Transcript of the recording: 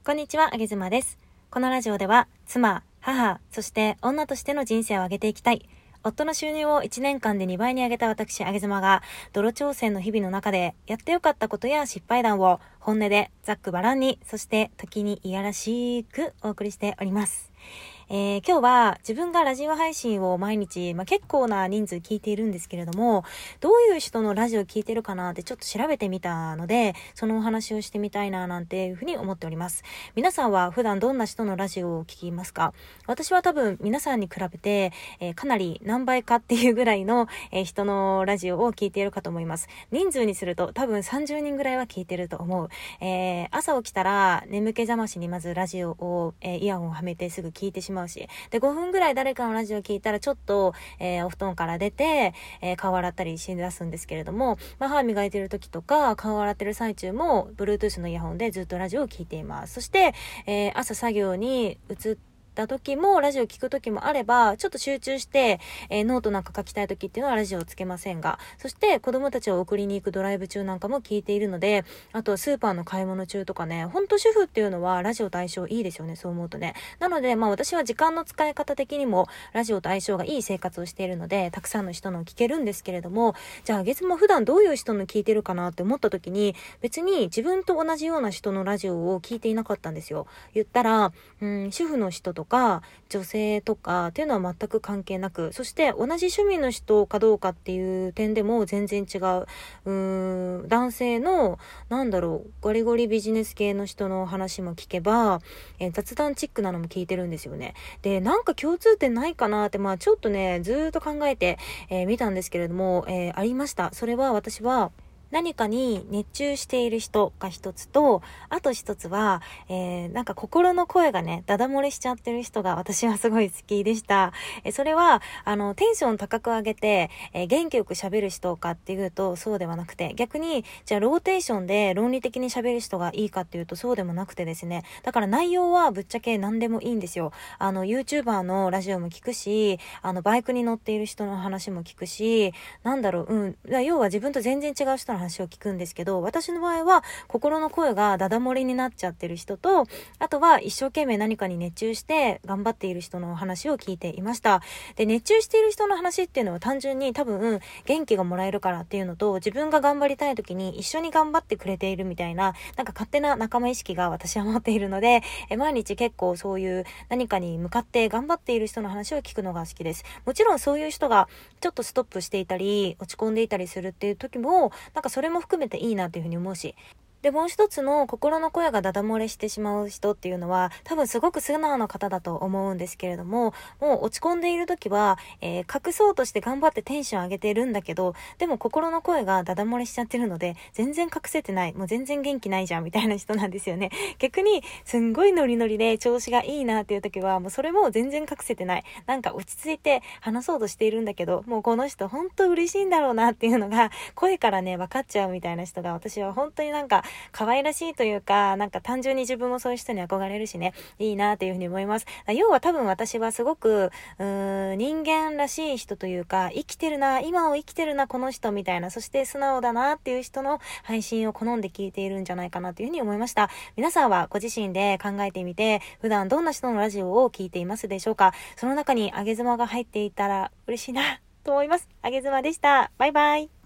こんにちは、あげずまです。このラジオでは、妻、母、そして女としての人生を上げていきたい。夫の収入を1年間で2倍に上げた私、あげずまが、泥挑戦の日々の中で、やってよかったことや失敗談を、本音で、ざっくばらんに、そして時にいやらしくお送りしております。今日は自分がラジオ配信を毎日、結構な人数聞いているんですけれども、どういう人のラジオを聞いてるかなってちょっと調べてみたので、そのお話をしてみたいななんていうふうに思っております。皆さんは普段どんな人のラジオを聞きますか？私は多分皆さんに比べて、かなり何倍かっていうぐらいの、人のラジオを聞いているかと思います。人数にすると多分30人ぐらいは聞いてると思う。朝起きたら眠気覚ましにまずラジオを、イヤホンをはめてすぐ聞いてしまうし、で5分ぐらい誰かのラジオを聞いたらちょっと、お布団から出て、顔洗ったりしだすんですけれども、歯磨いてる時とか顔洗ってる最中も Bluetooth のイヤホンでずっとラジオを聞いています。そして、朝作業に移った時もラジオ聞く時もあれば、ちょっと集中して、ノートなんか書きたい時っていうのはラジオをつけませんが、そして子供たちを送りに行くドライブ中なんかも聞いているので、あとはスーパーの買い物中とかね、ほんと主婦っていうのはラジオと相性いいですよね、そう思うとね。なので私は時間の使い方的にもラジオと相性がいい生活をしているので、たくさんの人の聞けるんですけれども、じゃあ月も普段どういう人の聞いてるかなって思った時に、別に自分と同じような人のラジオを聞いていなかったんですよ。言ったら、主婦の人とか女性とかっていうのは全く関係なく、そして同じ趣味の人かどうかっていう点でも全然違う。男性のゴリゴリビジネス系の人の話も聞けば、雑談チックなのも聞いてるんですよね。で、なんか共通点ないかなってちょっとねずーっと考えて見たんですけれども、ありました。それは私は何かに熱中している人が一つと、あと一つは、心の声がね、ダダ漏れしちゃってる人が私はすごい好きでした。それは、テンション高く上げて、元気よく喋る人かっていうとそうではなくて、逆に、じゃあローテーションで論理的に喋る人がいいかっていうとそうでもなくてですね、だから内容はぶっちゃけ何でもいいんですよ。YouTuber のラジオも聞くし、バイクに乗っている人の話も聞くし、要は自分と全然違う人の話を聞くんですけど、私の場合は心の声がダダ漏れになっちゃってる人と、あとは一生懸命何かに熱中して頑張っている人の話を聞いていました。で、熱中している人の話っていうのは単純に多分元気がもらえるからっていうのと、自分が頑張りたい時に一緒に頑張ってくれているみたいな、勝手な仲間意識が私は持っているので、毎日結構そういう何かに向かって頑張っている人の話を聞くのが好きです。もちろんそういう人がちょっとストップしていたり落ち込んでいたりするっていう時もそれも含めていいなっていうふうに思うし、で、もう一つの心の声がダダ漏れしてしまう人っていうのは多分すごく素直な方だと思うんですけれども、もう落ち込んでいる時は、隠そうとして頑張ってテンション上げてるんだけど、でも心の声がダダ漏れしちゃってるので全然隠せてない、もう全然元気ないじゃんみたいな人なんですよね。逆にすんごいノリノリで調子がいいなっていう時はもうそれも全然隠せてない、落ち着いて話そうとしているんだけど、もうこの人本当嬉しいんだろうなっていうのが声からね分かっちゃうみたいな人が私は本当に可愛らしいというか、単純に自分もそういう人に憧れるしね、いいなっていうふうに思います。要は多分私はすごく人間らしい人というか、生きてるな、今を生きてるなこの人みたいな、そして素直だなっていう人の配信を好んで聞いているんじゃないかなというふうに思いました。皆さんはご自身で考えてみて、普段どんな人のラジオを聞いていますでしょうか？その中にあげ妻が入っていたら嬉しいなと思います。あげ妻でした。バイバイ。